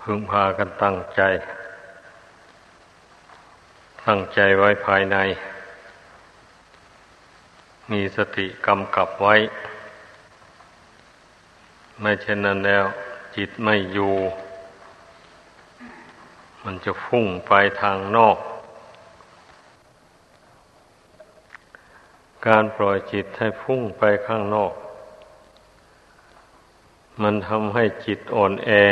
พึงพากันตั้งใจ ไว้ภายใน มีสติกำกับไว้ ไม่เช่นนั้นแล้วจิตไม่อยู่ มันจะฟุ้งไปทางนอก การปล่อยจิตให้ฟุ้งไปข้างนอก มันทำให้จิตอ่อนแอ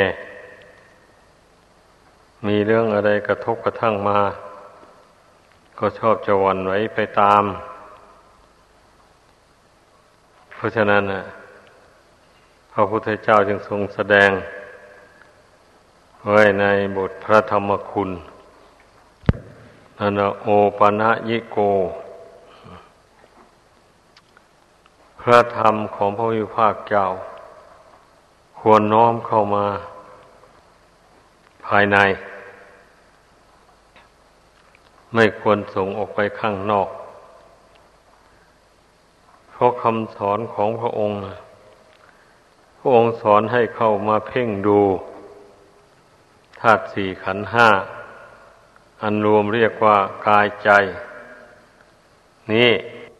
มีเรื่องอะไรกระทบกระทั่งมา ก็ชอบจะหวั่นไหวไปตาม เพราะฉะนั้นพระพุทธเจ้าจึงทรงแสดงไว้ในบทพระธรรมคุณนันโอปนยิโก พระธรรมของพระวิภาคเจ้าควรน้อมเข้ามาภายในไม่ควรส่งออกไปข้างนอกเพราะคำสอนของพระองค์สอนให้เข้ามาเพ่งดูธาตุสี่ขันธ์ห้าอันรวมเรียกว่ากายใจนี่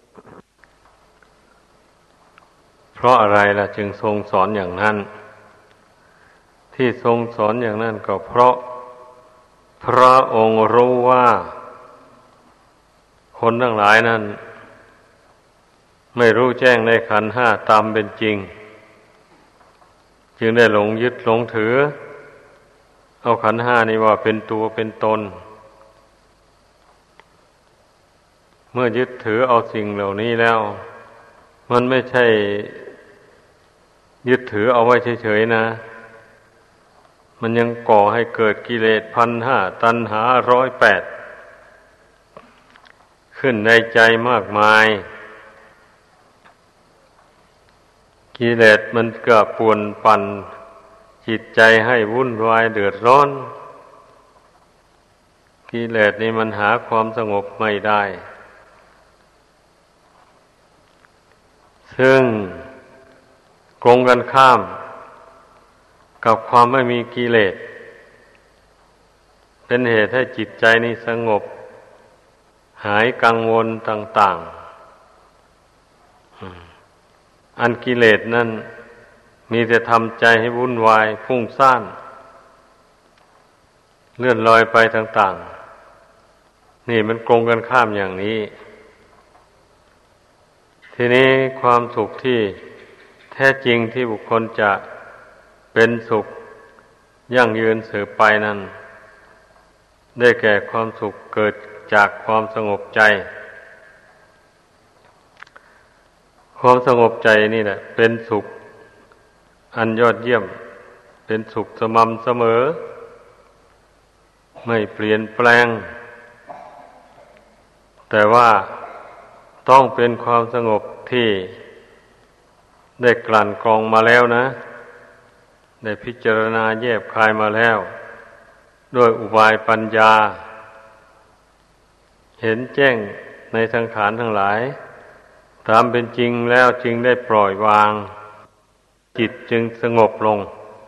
เพราะอะไรล่ะจึงทรงสอนอย่างนั้นที่ทรงสอนอย่างนั้นก็เพราะพระองค์รู้ว่าคนทั้งหลายนั้นไม่รู้แจ้งในขันธ์ห้าตามเป็นจริงจึงได้หลงยึดหลงถือเอาขันธ์ห้านี้ว่าเป็นตัวเป็นตนเมื่อยึดถือเอาสิ่งเหล่านี้แล้วมันไม่ใช่ยึดถือเอาไว้เฉยๆนะมันยังก่อให้เกิดกิเลส1,500ตัณหา108ขึ้นในใจมากมายกิเลสมันก็ป่วนปั่นจิตใจให้วุ่นวายเดือดร้อนกิเลสนี่มันหาความสงบไม่ได้ซึ่งตรงกันข้ามกับความไม่มีกิเลสเป็นเหตุให้จิตใจนี้สงบหายกังวลต่างๆอันกิเลสนั่นมีแต่ทำใจให้วุ่นวายฟุ้งซ่านเลื่อนลอยไปต่างๆนี่มันตรงกันข้ามอย่างนี้ทีนี้ความสุขที่แท้จริงที่บุคคลจะเป็นสุขยั่งยืนสืบไปนั้นได้แก่ความสุขเกิดจากความสงบใจความสงบใจนี่แหละเป็นสุขอันยอดเยี่ยมเป็นสุขสม่ำเสมอไม่เปลี่ยนแปลงแต่ว่าต้องเป็นความสงบที่ได้กลั่นกรองมาแล้วนะได้พิจารณาแยบคายมาแล้วด้วยอุบายปัญญาเห็นแจ้งในสังขารทั้งหลายตามเป็นจริงแล้วจึงได้ปล่อยวางจิตจึงสงบลง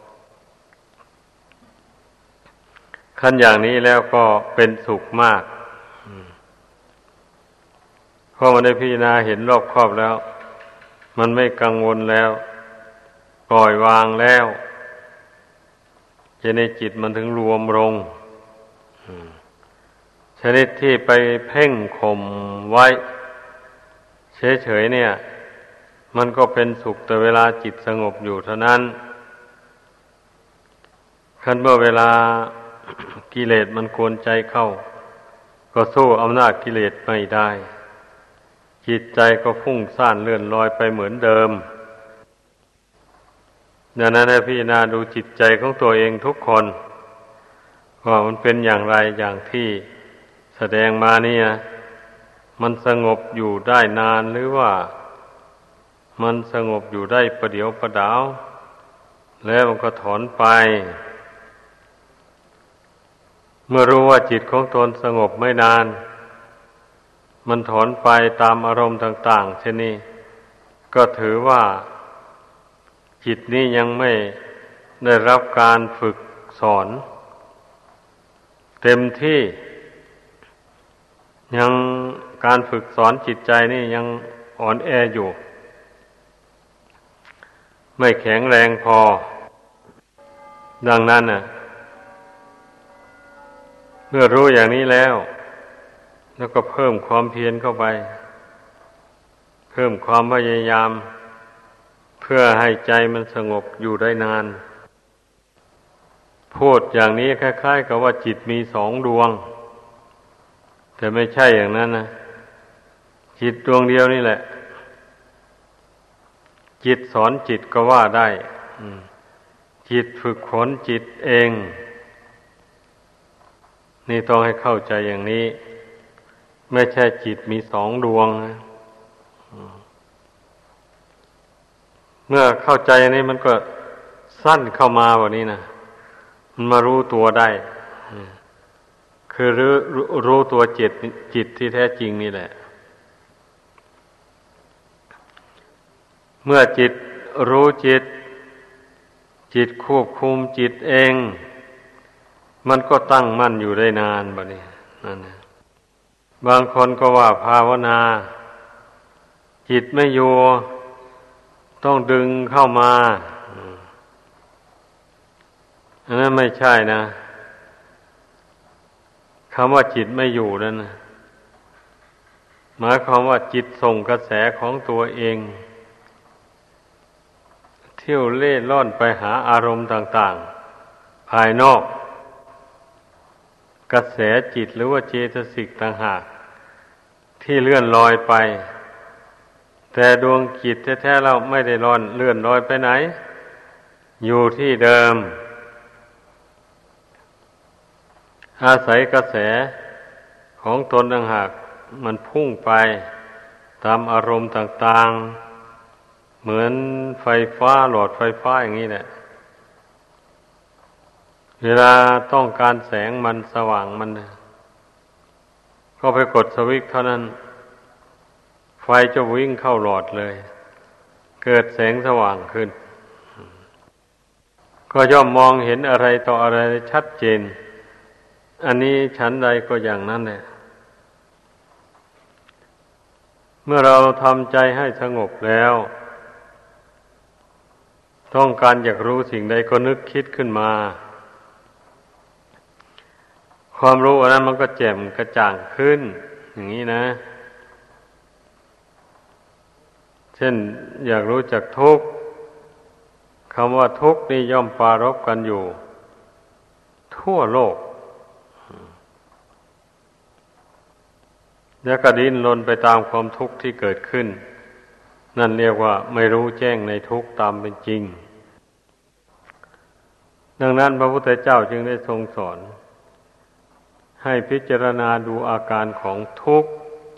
ขั้นอย่างนี้แล้วก็เป็นสุขมากเพราะมันได้พิจารณาเห็นรอบครอบแล้วมันไม่กังวลแล้วปล่อยวางแล้วจะในจิตมันถึงรวมลงชนิดที่ไปเพ่งข่มไว้เฉยๆเนี่ยมันก็เป็นสุขแต่เวลาจิตสงบอยู่เท่านั้นคันเมื่อเวลากิเลสมันกวนใจเข้าก็สู้อำนาจกิเลสไม่ได้จิตใจก็ฟุ้งซ่านเลื่อนลอยไปเหมือนเดิมดังนั้นให้พิจารณาดูจิตใจของตัวเองทุกคนว่ามันเป็นอย่างไรอย่างที่แสดงมานี่นะมันสงบอยู่ได้นานหรือว่ามันสงบอยู่ได้ประเดี๋ยวประดาวแล้วมันก็ถอนไปเมื่อรู้ว่าจิตของตนสงบไม่นานมันถอนไปตามอารมณ์ต่างๆเช่นนี้ก็ถือว่าจิตนี้ยังไม่ได้รับการฝึกสอนเต็มที่ยังการฝึกสอนจิตใจนี่ยังอ่อนแออยู่ไม่แข็งแรงพอดังนั้นน่ะเมื่อรู้อย่างนี้แล้วก็เพิ่มความเพียรเข้าไปเพิ่มความพยายามเพื่อให้ใจมันสงบอยู่ได้นานพูดอย่างนี้คล้ายๆกับว่าจิตมีสองดวงแต่ไม่ใช่อย่างนั้นนะจิตดวงเดียวนี่แหละจิตสอนจิตก็ว่าได้จิตฝึกฝนจิตเองนี่ต้องให้เข้าใจอย่างนี้ไม่ใช่จิตมีสองดวงนะเมื่อเข้าใจอย่างนี้มันก็สั้นเข้ามาแบบนี้นะมันมารู้ตัวได้คือรู้ตัวจิตที่แท้จริงนี่แหละเมื่อจิตรู้จิตควบคุมจิตเองมันก็ตั้งมั่นอยู่ได้นานแบบนี้นั่นนะบางคนก็ว่าภาวนาจิตไม่อยู่ต้องดึงเข้ามาอันนั้นไม่ใช่นะคำว่าจิตไม่อยู่นั่นนะหมายความว่าจิตส่งกระแสของตัวเองเที่ยวเล่ร่อนไปหาอารมณ์ต่างๆภายนอกกระแสจิตหรือว่าเจตสิกต่างหากที่เลื่อนลอยไปแต่ดวงจิตแท้ๆเราไม่ได้เลื่อนลอยไปไหนอยู่ที่เดิมอาศัยกระแสของตนต่างหากมันพุ่งไปตามอารมณ์ต่างๆเหมือนไฟฟ้าหลอดไฟฟ้าอย่างนี้แหละเวลาต้องการแสงมันสว่างมันก็ไปกดสวิตช์เท่านั้นไฟจะวิ่งเข้าหลอดเลยเกิดแสงสว่างขึ้นก็ย่อมมองเห็นอะไรต่ออะไรชัดเจนอันนี้ฉันใดก็อย่างนั้นแหละเมื่อเราทำใจให้สงบแล้วต้องการอยากรู้สิ่งใดก็นึกคิดขึ้นมาความรู้อันนั้นมันก็แจ่มกระจ่างขึ้นอย่างนี้นะเช่นอยากรู้จักทุกข์คำว่าทุกข์นี่ย่อมปรารภกันอยู่ทั่วโลกแล้วก็ดิ้นรนไปตามความทุกข์ที่เกิดขึ้นนั่นเรียกว่าไม่รู้แจ้งในทุกข์ตามเป็นจริงดังนั้นพระพุทธเจ้าจึงได้ทรงสอนให้พิจารณาดูอาการของทุกข์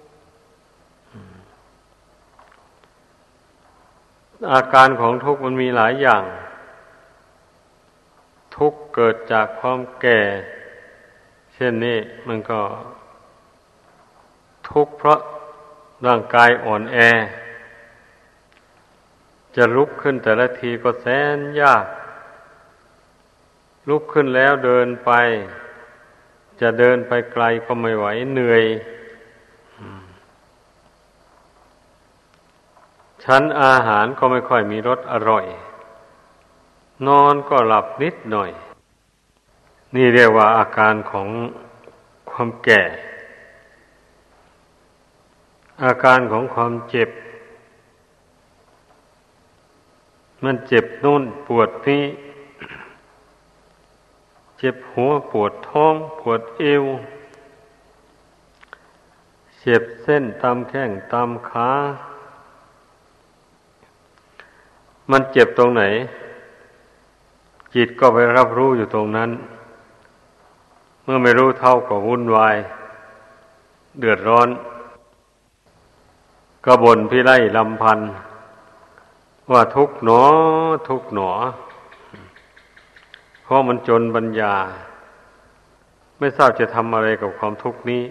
อาการของทุกข์มันมีหลายอย่างทุกข์เกิดจากความแก่เช่นนี้มันก็ทุกข์เพราะร่างกายอ่อนแอจะลุกขึ้นแต่ละทีก็แสนยากลุกขึ้นแล้วเดินไปจะเดินไปไกลก็ไม่ไหวเหนื่อยฉันอาหารก็ไม่ค่อยมีรสอร่อยนอนก็หลับนิดหน่อยนี่เรียกว่าอาการของความแก่อาการของความเจ็บมันเจ็บนู่นปวดนี่เจ็บหัวปวดท้องปวดเอวเจ็บเส้นตามแข้งตามขามันเจ็บตรงไหนจิตก็ไปรับรู้อยู่ตรงนั้นเมื่อไม่รู้เท่าก็วุ่นวายเดือดร้อนก็บ่นพิไรลำพันว่าทุกข์หนอทุกข์หนอเพราะมันจนปัญญาไม่ทราบจะทำอะไรกับความทุกข์นี้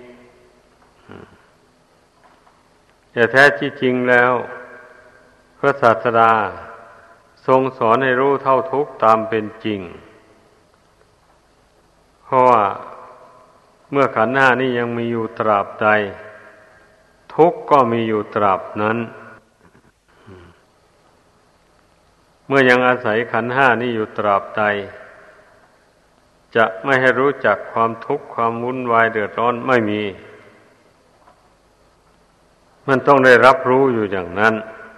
แต่แท้ที่จริงแล้วพระศาสดาทรงสอนให้รู้เท่าทุกข์ตามเป็นจริงราะว่าเมื่อขันธ์ห้านี้ยังมีอยู่ตราบใดทุกข์ก็มีอยู่ตราบนั้นเมื่อยังอาศัยขันธ์ห้านี้อยู่ตราบใดจะไม่ให้รู้จักความทุกข์ความวุ่นวายเดือดร้อนไม่มีมันต้องได้รับรู้อยู่อย่างนั้น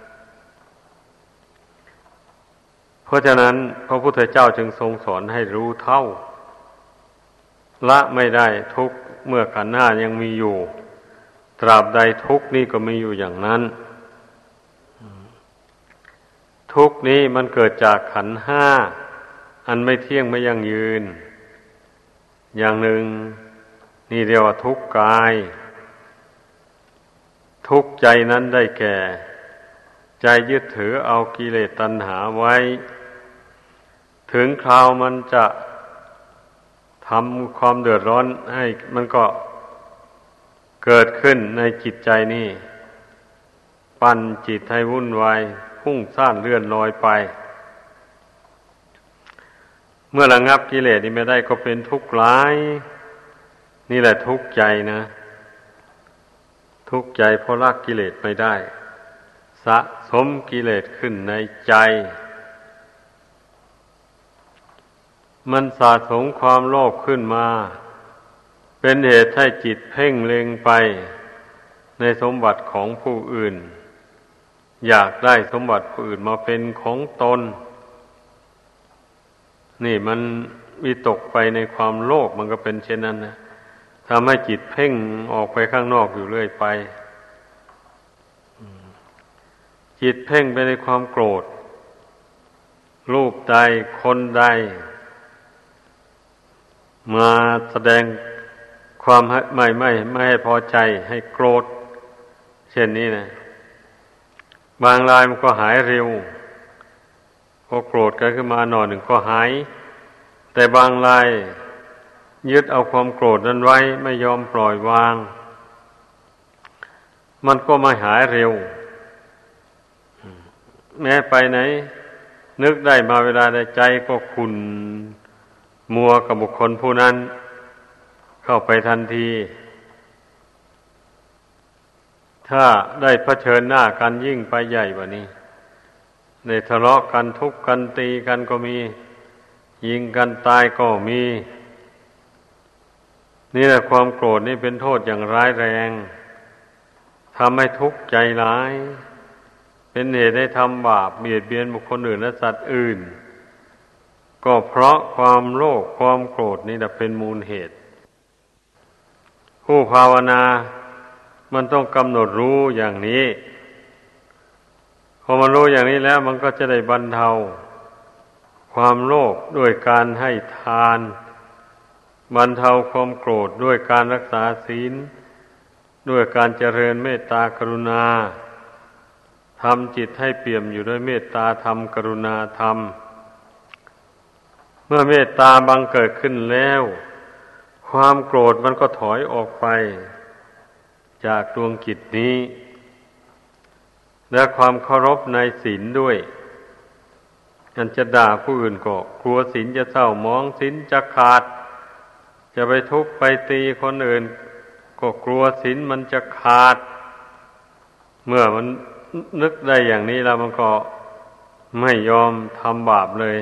เพราะฉะนั้นพระพุทธเจ้าจึงทรงสอนให้รู้เท่าละไม่ได้ทุกข์เมื่อขันธ์ห้ายังมีอยู่ตราบใดทุกข์นี้ก็มีอยู่อย่างนั้นทุกข์นี้มันเกิดจากขันธ์ห้าอันไม่เที่ยงไม่ยั่งยืนอย่างหนึ่งนี่เรียกว่าทุกข์กายทุกข์ใจนั้นได้แก่ใจยึดถือเอากิเลสตัณหาไว้ถึงคราวมันจะทำความเดือดร้อนให้มันก็เกิดขึ้นในจิตใจนี่ปั่นจิตให้วุ่นวายพุ่งซ่านเลื่อนลอยไปเมื่อระงับกิเลสนี้ไม่ได้ก็เป็นทุกข์ร้ายนี่แหละทุกข์ใจนะทุกข์ใจเพราะละกิเลสไม่ได้สะสมกิเลสขึ้นในใจมันสะสมความโลภขึ้นมาเป็นเหตุให้จิตเพ่งเล็งไปในสมบัติของผู้อื่นอยากได้สมบัติผู้อื่นมาเป็นของตนนี่มันวิตกไปในความโลภมันก็เป็นเช่นนั้นนะทำให้จิตเพ่งออกไปข้างนอกอยู่เรื่อยไปจิตเพ่งไปในความโกรธรูปใดคนใดมาแสดงความไม่ให้พอใจให้โกรธเช่นนี้นะบางรายมันก็หายเร็วพอโกรธกันขึ้นมาหน่อยหนึ่งก็หายแต่บางรายยึดเอาความโกรธนั้นไว้ไม่ยอมปล่อยวางมันก็ไม่หายเร็วแม้ไปไหนนึกได้มาเวลาใดใจก็ขุ่นมัวกับบุคคลผู้นั้นเข้าไปทันทีถ้าได้เผชิญหน้ากันยิ่งไปใหญ่กว่านี้ในทะเลาะกันทุบกันตีกันก็มียิงกันตายก็มีนี่แหละความโกรธนี่เป็นโทษอย่างร้ายแรงทำให้ทุกข์ใจร้ายเป็นเหตุให้ทำบาปเบียดเบียนบุคคลอื่นและสัตว์อื่นก็เพราะความโลภความโกรธนี่แหละเป็นมูลเหตุผู้ภาวนามันต้องกำหนดรู้อย่างนี้พอมันรู้อย่างนี้แล้วมันก็จะได้บรรเทาความโลภด้วยการให้ทานบรรเทาความโกรธด้วยการรักษาศีลด้วยการเจริญเมตตากรุณาทำจิตให้เปี่ยมอยู่ด้วยเมตตาธรรมกรุณาธรรมเมื่อเมตตาบังเกิดขึ้นแล้วความโกรธมันก็ถอยออกไปจากดวงจิตนี้และความเคารพในศีลด้วยอันจะด่าผู้อื่นก็กลัวศีลจะเศร้าหมองศีลจะขาดจะไปทุบไปตีคนอื่นก็กลัวศีลมันจะขาดเมื่อมันนึกได้อย่างนี้แล้วมันก็ไม่ยอมทำบาปเลย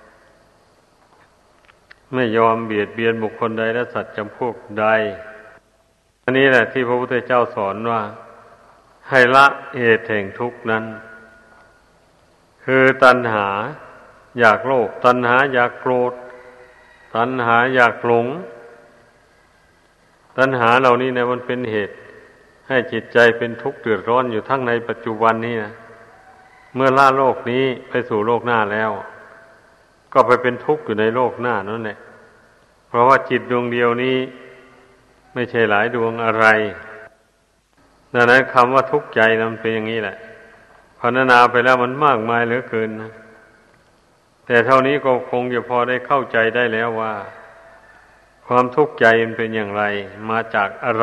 ไม่ยอมเบียดเบียนบุคคลใดและสัตว์จำพวกใดอันนี้แหละที่พระพุทธเจ้าสอนว่าให้ละเหตุแห่งทุกข์นั้นคือตัณหาอยากโลภตัณหาอยากโกรธตัณหาอยากหลงตัณหาเหล่านี้นะมันเป็นเหตุให้จิตใจเป็นทุกข์เดือดร้อนอยู่ทั้งในปัจจุบันนี้นะเมื่อละโลกนี้ไปสู่โลกหน้าแล้วก็ไปเป็นทุกข์อยู่ในโลกหน้านั่นแหละเพราะว่าจิตดวงเดียวนี้ไม่ใช่หลายดวงอะไรดังนั้นคำว่าทุกข์ใจมันเป็นอย่างนี้แหละพรรณนาไปแล้วมันมากมายเหลือเกินนะแต่เท่านี้ก็คงจะพอได้เข้าใจได้แล้วว่าความทุกข์ใจมันเป็นอย่างไรมาจากอะไร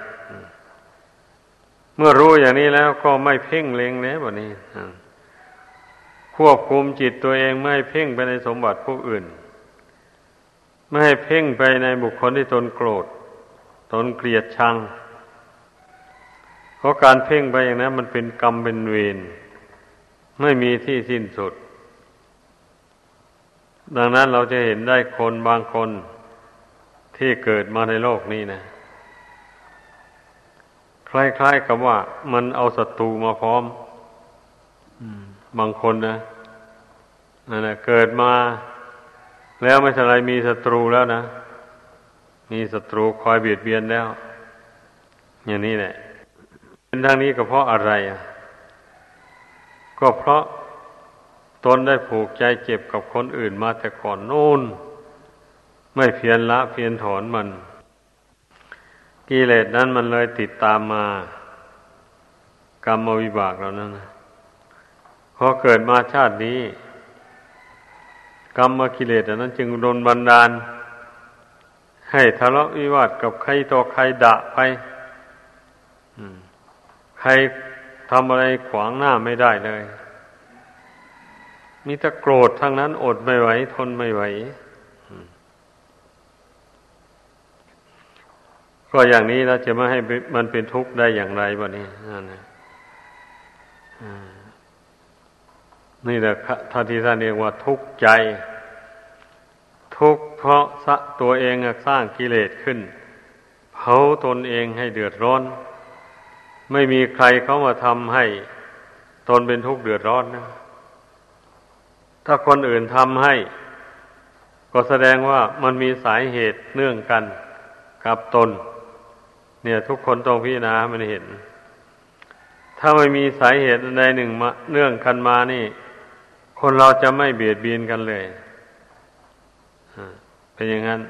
เมื่อรู้อย่างนี้แล้วก็ไม่เพ่งเล็งแล้วแบบนี้ควบคุมจิตตัวเองไม่ให้เพ่งไปในสมบัติผู้อื่นไม่ให้เพ่งไปในบุคคลที่ตนโกรธตนเกลียดชังเพราะการเพ่งไปอย่างนั้นมันเป็นกรรมเป็นเวรไม่มีที่สิ้นสุดดังนั้นเราจะเห็นได้คนบางคนที่เกิดมาในโลกนี้นะคล้ายๆกับว่ามันเอาศัตรูมาพร้อมบางคนนะนั่นแหละเกิดมาแล้วไม่ใช่อะไรมีศัตรูแล้วนะมีศัตรูคอยเบียดเบียนแล้วอย่างนี้แหละเป็นทางนี้ก็เพราะอะไรก็เพราะตนได้ผูกใจเจ็บกับคนอื่นมาแต่ก่อนโน้นไม่เพียรละเพียรถอนมันกิเลสนั้นมันเลยติดตามมากรรมวิบากเหล่านั้นนะพอเกิดมาชาตินี้กรรมกิเลสอันนั้นจึงโดนบันดาลให้ทะเลาะวิวาทกับใครต่อใครด่าไปใครทำอะไรขวางหน้าไม่ได้เลยมีแต่โกรธทั้งนั้นอดไม่ไหวทนไม่ไหวก็อย่างนี้เราจะไม่ให้มันเป็นทุกข์ได้อย่างไรบ้านี้นี่แหละท่านที่ท่านเรียกว่าทุกข์ใจทุกข์เพราะตัวเองสร้างกิเลสขึ้นเผาตนเองให้เดือดร้อนไม่มีใครเขามาทำให้ตนเป็นทุกข์เดือดร้อนนะถ้าคนอื่นทำให้ก็แสดงว่ามันมีสาเหตุเนื่องกันกับตนเนี่ยทุกคนต้องพิจารณามันเห็นถ้าไม่มีสาเหตุใดหนึ่งมาเนื่องกันมานี่คนเราจะไม่เบียดเบียนกันเลยเป็นอย่างนั้น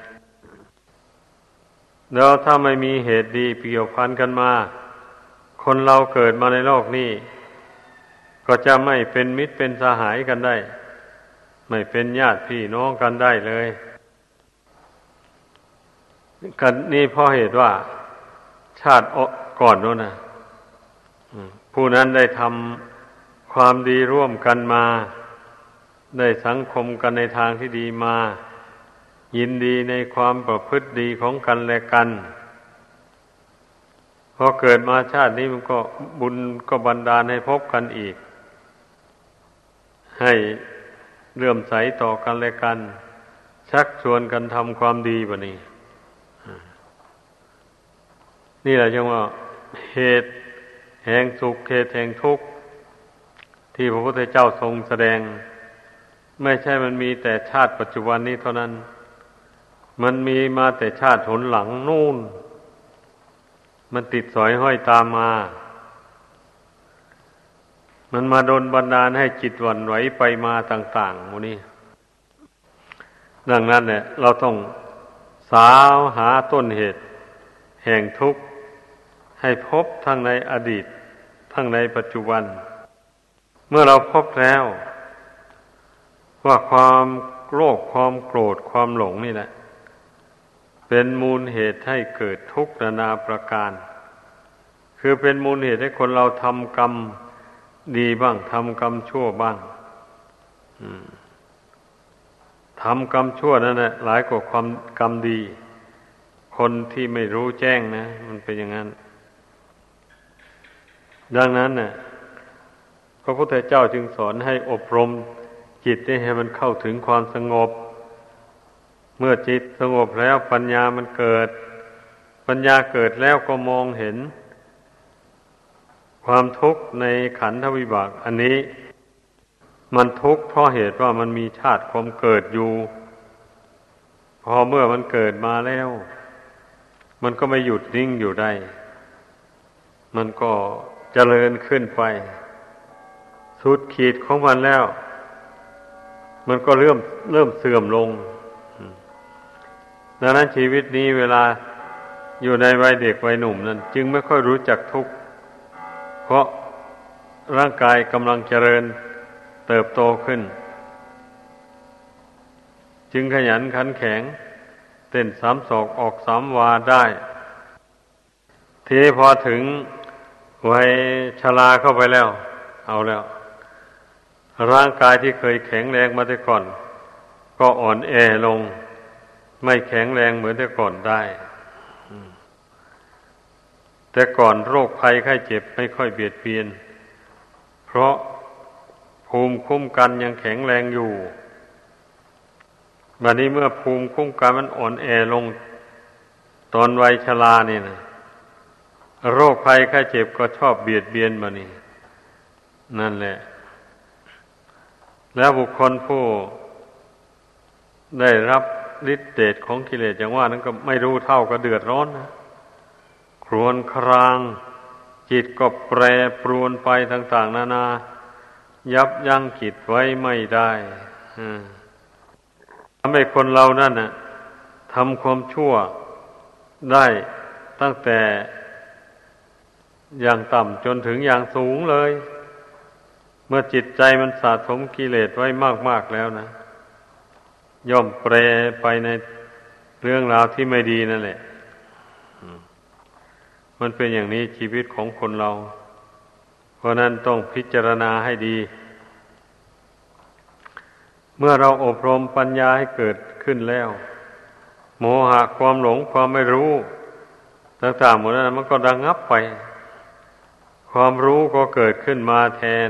แล้วถ้าไม่มีเหตุดีเกี่ยวพันกันมาคนเราเกิดมาในโลกนี้ก็จะไม่เป็นมิตรเป็นสหายกันได้ไม่เป็นญาติพี่น้องกันได้เลยกันนี่เพราะเหตุว่าชาติก่อนโน้นนะผู้นั้นได้ทำความดีร่วมกันมาได้สังคมกันในทางที่ดีมายินดีในความประพฤติดีของกันและกันพอเกิดมาชาตินี้มันก็บุญก็บันดาลให้พบกันอีกให้เลื่อมใสต่อกันและกันชักชวนกันทำความดีแบบนี้นี่แหละจึงว่าเหตุแห่งสุขเหตุแห่งทุกข์ที่พระพุทธเจ้าทรงแสดงไม่ใช่มันมีแต่ชาติปัจจุบันนี้เท่านั้นมันมีมาแต่ชาติหนหลังนู่นมันติดสอยห้อยตามมามันมาโดนบันดาลให้จิตหวั่นไหวไปมาต่างๆหมู่นี้ดังนั้นเนี่ยเราต้องสาวหาต้นเหตุแห่งทุกข์ให้พบทั้งในอดีตทั้งในปัจจุบันเมื่อเราพบแล้วว่าความโลภความโกรธความหลงนี่แหละเป็นมูลเหตุให้เกิดทุกข์นานาประการคือเป็นมูลเหตุให้คนเราทำกรรมดีบ้างทำกรรมชั่วบ้างทำกรรมชั่วนั่นแหละหลายกว่าความกรรมดีคนที่ไม่รู้แจ้งนะมันเป็นอย่างนั้นดังนั้นน่ะพระพุทธเจ้าจึงสอนให้อบรมจิตให้มันเข้าถึงความสงบเมื่อจิตสงบแล้วปัญญามันเกิดปัญญาเกิดแล้วก็มองเห็นความทุกข์ในขันธวิบากอันนี้มันทุกข์เพราะเหตุว่ามันมีชาติความเกิดอยู่พอเมื่อมันเกิดมาแล้วมันก็ไม่หยุดนิ่งอยู่ได้มันก็เจริญขึ้นไปสุดขีดของมันแล้วมันก็เริ่มเสื่อมลงดังนั้นชีวิตนี้เวลาอยู่ในวัยเด็กวัยหนุ่มนั้นจึงไม่ค่อยรู้จักทุกข์เพราะร่างกายกำลังเจริญเติบโตขึ้นจึงขยันขันแข็งเต้นสามศอกออกสามวาได้ทีพอถึงวัยชราเข้าไปแล้วเอาแล้วร่างกายที่เคยแข็งแรงมาแต่ก่อนก็อ่อนแอลงไม่แข็งแรงเหมือนแต่ก่อนได้แต่ก่อนโรคภัยไข้เจ็บไม่ค่อยเบียดเบียนเพราะภูมิคุ้มกันยังแข็งแรงอยู่บัดนี้เมื่อภูมิคุ้มกันมันอ่อนแอลงตอนวัยชรานี่นะโรคภัยไข้เจ็บก็ชอบเบียดเบียนบัดนี้นั่นแหละแล้วบุคคลผู้ได้รับฤทธิ์เดชของกิเลสอย่างว่านั้นก็ไม่รู้เท่าก็เดือดร้อนนะครวญครางจิตก็แปรปรวนไปต่างๆนานายับยั้งจิตไว้ไม่ได้ทำให้คนเรานั่นน่ะทำความชั่วได้ตั้งแต่อย่างต่ำจนถึงอย่างสูงเลยเมื่อจิตใจมันสะสมกิเลสไว้มากๆแล้วนะย่อมแปรไปในเรื่องราวที่ไม่ดีนั่นแหละมันเป็นอย่างนี้ชีวิตของคนเราเพราะนั้นต้องพิจารณาให้ดีเมื่อเราอบรมปัญญาให้เกิดขึ้นแล้วโมหะความหลงความไม่รู้ต่างๆหมดนั้นมันก็ระงับไปความรู้ก็เกิดขึ้นมาแทน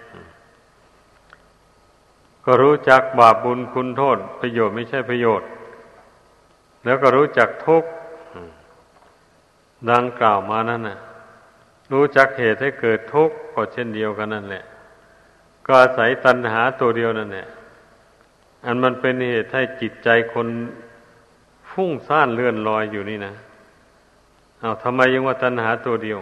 ก็รู้จักบาปบุญคุณโทษประโยชน์ไม่ใช่ประโยชน์แล้วก็รู้จักทุกข์ดังกล่าวมานั่นน่ะรู้จักเหตุให้เกิดทุกข์ก็เช่นเดียวกันนั่นแหละก็อาศัยตัณหาตัวเดียวนั่นแหละอันมันเป็นเหตุให้จิตใจคนฟุ้งซ่านเลื่อนลอยอยู่นี่นะทำไมยังว่าตัณหาตัวเดียว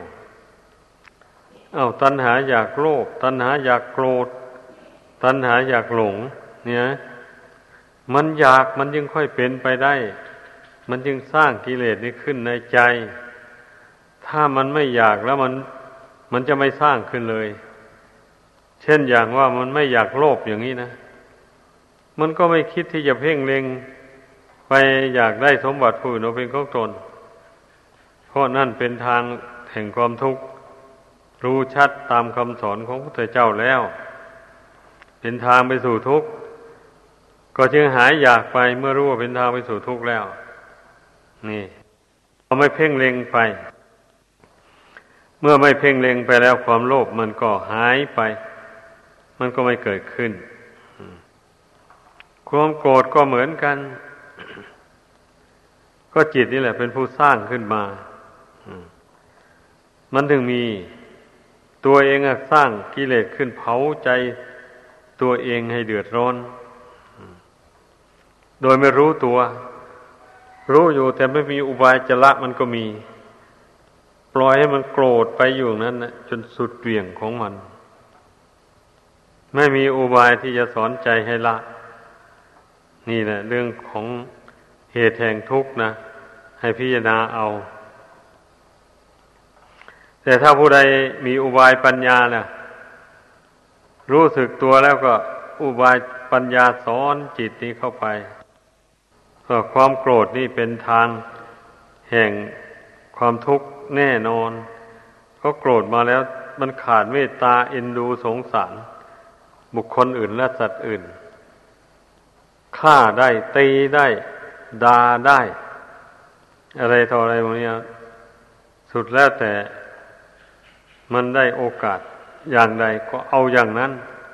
ตัณหาอยากโลภตัณหาอยากโกรธตัณหาอยากหลงเนี่ยมันอยากมันจึงค่อยเป็นไปได้มันจึงสร้างกิเลสนี้ขึ้นในใจถ้ามันไม่อยากแล้วมันจะไม่สร้างขึ้นเลยเช่นอย่างว่ามันไม่อยากโลภอย่างนี้นะมันก็ไม่คิดที่จะเพ่งเล็งไปอยากได้สมบัติผู้อื่นเอาเป็นของตนเพราะนั่นเป็นทางแห่งความทุกข์รู้ชัดตามคำสอนของพระพุทธเจ้าแล้วเป็นทางไปสู่ทุกข์ก็จึงหายอยากไปเมื่อรู้ว่าเป็นทางไปสู่ทุกข์แล้วนี่เราไม่เพ่งเล็งไปเมื่อไม่เพ่งเล็งไปแล้วความโลภมันก็หายไปมันก็ไม่เกิดขึ้นความโกรธก็เหมือนกันก็จิตนี่แหละเป็นผู้สร้างขึ้นมามันถึงมีตัวเองสร้างกิเลสขึ้นเผาใจตัวเองให้เดือดร้อนโดยไม่รู้ตัวรู้อยู่แต่ไม่มีอุบายจะละมันก็มีปล่อยให้มันโกรธไปอยู่นั้นนะจนสุดเหวี่ยงของมันไม่มีอุบายที่จะสอนใจให้ละนี่แหละเรื่องของเหตุแห่งทุกข์นะให้พิจารณาเอาแต่ถ้าผู้ใดมีอุบายปัญญาเนี่ยรู้สึกตัวแล้วก็อุบายปัญญาสอนจิตนี้เข้าไปความโกรธนี่เป็นทางแห่งความทุกข์แน่นอนก็โกรธมาแล้วมันขาดเมตตาเอ็นดูสงสารบุคคลอื่นและสัตว์อื่นฆ่าได้ตีได้ด่าได้อะไรต่ออะไรพวกนี้สุดแล้วแต่มันได้โอกาสอย่างใดก็เอาอย่างนั้น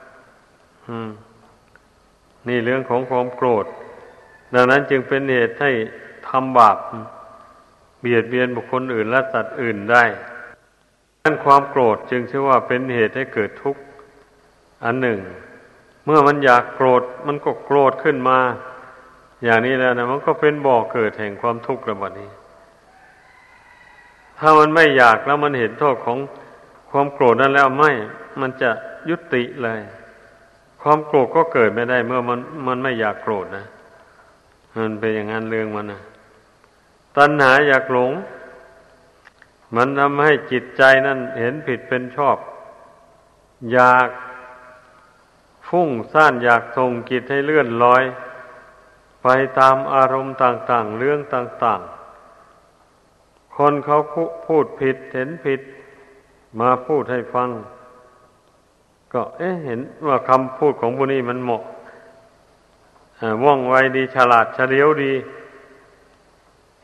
นี่เรื่องของความโกรธดังนั้นจึงเป็นเหตุให้ทำบาปเบียดเบียนบุคคลอื่นและสัตว์อื่นได้ดังนั้นความโกรธจึงชื่อว่าเป็นเหตุให้เกิดทุกข์อันหนึ่งเมื่อมันอยากโกรธมันก็โกรธขึ้นมาอย่างนี้แล้วนะมันก็เป็นบ่อเกิดแห่งความทุกข์ระบาดนี้ถ้ามันไม่อยากแล้วมันเห็นโทษของความโกรธนั้นแล้วมันจะยุติเลยความโกรธก็เกิดไม่ได้เมื่อมันไม่อยากโกรธนะมันเป็นอย่างนั้นเรื่องมันนะตัณหาอยากหลงมันทำให้จิตใจนั้นเห็นผิดเป็นชอบอยากฟุ้งซ่านอยากส่งจิตให้เลื่อนลอยไปตามอารมณ์ต่างๆเรื่องต่างๆคนเขาพูดผิดเห็นผิดมาพูดให้ฟังก็เห็นว่าคำพูดของผู้นี้มันเหมาะว่องไวดีฉลาดเฉลียวดี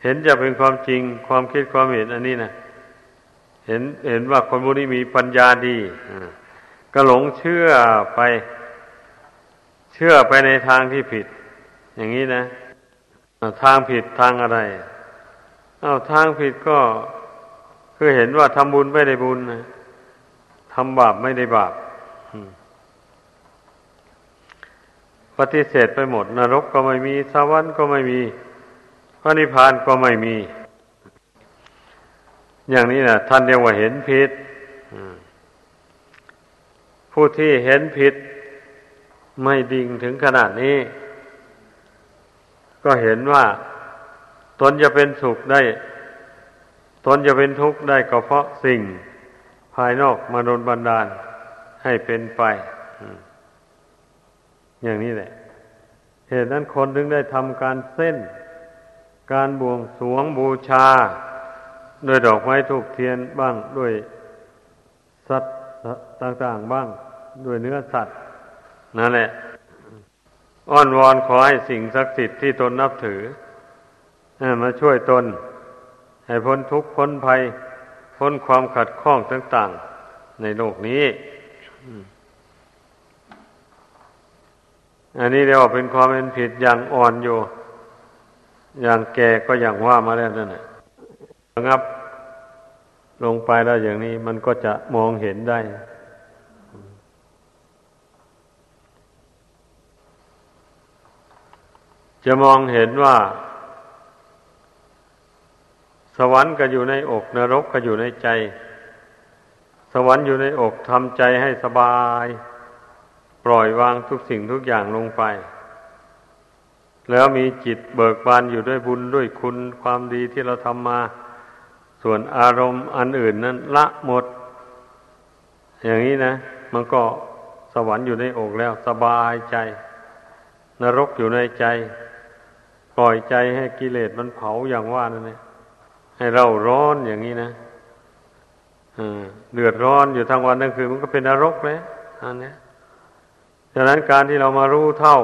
เห็นจะเป็นความจริงความคิดความเห็นอันนี้นะเห็นว่าคนพวกนี้มีปัญญาดีก็หลงเชื่อไปในทางที่ผิดอย่างนี้นะทางผิดทางอะไรทางผิดก็คือเห็นว่าทำบุญไม่ได้บุญนะทำบาปไม่ได้บาปปฏิเสธไปหมดนรกก็ไม่มีสวรรค์ก็ไม่มีพระนิพพานก็ไม่มีอย่างนี้นะท่านเรียกว่าเห็นผิดผู้ที่เห็นผิดไม่ดิ่งถึงขนาดนี้ก็เห็นว่าตนจะเป็นสุขได้ตนจะเป็นทุกข์ได้ก็เพราะสิ่งภายนอกมาโดนบันดาลให้เป็นไปอย่างนี้แหละเหตุนั้นคนถึงได้ทำการเส้นการบวงสรวงบูชาด้วยดอกไม้ธูปเทียนบ้างด้วยสัตว์ต่างๆบ้างด้วยเนื้อสัตว์นั่นแหละอ้อนวอนขอให้สิ่งศักดิ์สิทธิ์ที่ตนนับถือมาช่วยตนให้พ้นทุกข์พ้นภัยพ้นความขัดข้องต่างๆในโลกนี้อันนี้เรียกว่าเป็นความเป็นผิดอย่างอ่อนอยู่อย่างแก่ก็อย่างว่ามาแล้วนั่นแหละงับลงไปแล้วอย่างนี้มันก็จะมองเห็นได้จะมองเห็นว่าสวรรค์ก็อยู่ในอกนรกก็อยู่ในใจสวรรค์อยู่ในอกทำใจให้สบายปล่อยวางทุกสิ่งทุกอย่างลงไปแล้วมีจิตเบิกบานอยู่ด้วยบุญด้วยคุณความดีที่เราทำมาส่วนอารมณ์อันอื่นนั้นละหมดอย่างนี้นะมันก็สวรรค์อยู่ในอกแล้วสบายใจนรกอยู่ในใจปล่อยใจให้กิเลสมันเผาอย่างว่านั่นแหละให้เราร้อนอย่างนี้นะเดือดร้อนอยู่ทั้งวันทั้งคืนมันก็เป็นนรกแล้วอันนี้ฉะนั้นการที่เรามารู้เท่า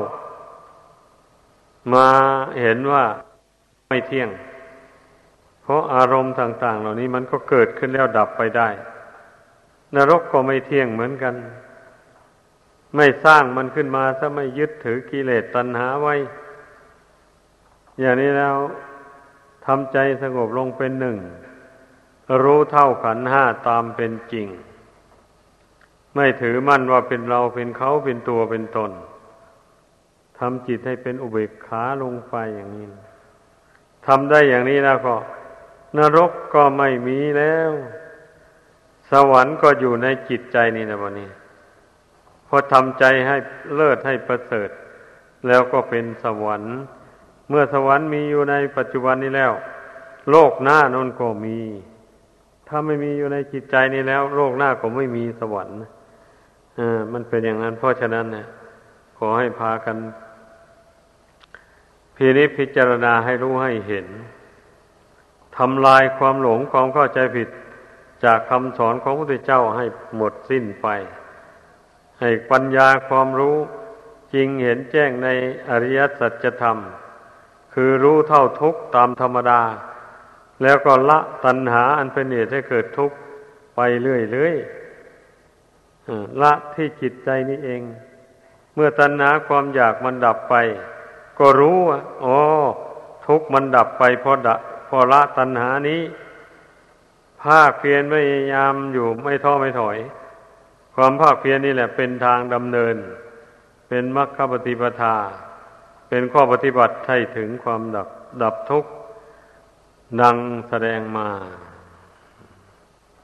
มาเห็นว่าไม่เที่ยงเพราะอารมณ์ต่างๆเหล่านี้มันก็เกิดขึ้นแล้วดับไปได้นรกก็ไม่เที่ยงเหมือนกันไม่สร้างมันขึ้นมาถ้าไม่ยึดถือกิเลสตัณหาไว้อย่างนี้แล้วทำใจสงบลงเป็นหนึ่งรู้เท่าขันธ์ห้าตามเป็นจริงไม่ถือมั่นว่าเป็นเราเป็นเขาเป็นตัวเป็นตนทำจิตให้เป็นอุเบกขาลงไปอย่างนี้ทำได้อย่างนี้แล้วก็นรกก็ไม่มีแล้วสวรรค์ก็อยู่ในจิตใจนี่นะวันนี้พอทำใจให้เลิศให้ประเสริฐแล้วก็เป็นสวรรค์เมื่อสวรรค์มีอยู่ในปัจจุบันนี้แล้วโลกหน้านั้นก็มีถ้าไม่มีอยู่ในจิตใจนี้แล้วโลกหน้าก็ไม่มีสวรรค์มันเป็นอย่างนั้นเพราะฉะนั้นเนี่ยขอให้พากันพิจารณาให้รู้ให้เห็นทำลายความหลงความเข้าใจผิดจากคำสอนของพระพุทธเจ้าให้หมดสิ้นไปให้ปัญญาความรู้จริงเห็นแจ้งในอริยสัจธรรมคือรู้เท่าทุกข์ตามธรรมดาแล้วก็ละตัณหาอันเป็นเหตุให้เกิดทุกข์ไปเรื่อยๆละที่จิตใจนี้เองเมื่อตัณหาความอยากมันดับไปก็รู้ว่าอ๋อทุกข์มันดับไปเพราะละตัณหานี้ภาคเพียรพยายามอยู่ไม่ท้อไม่ถอยความภาคเพียรนี่แหละเป็นทางดำเนินเป็นมรรคปฏิปทาเป็นข้อปฏิบัติให้ถึงความดับทุกข์ดังแสดงมา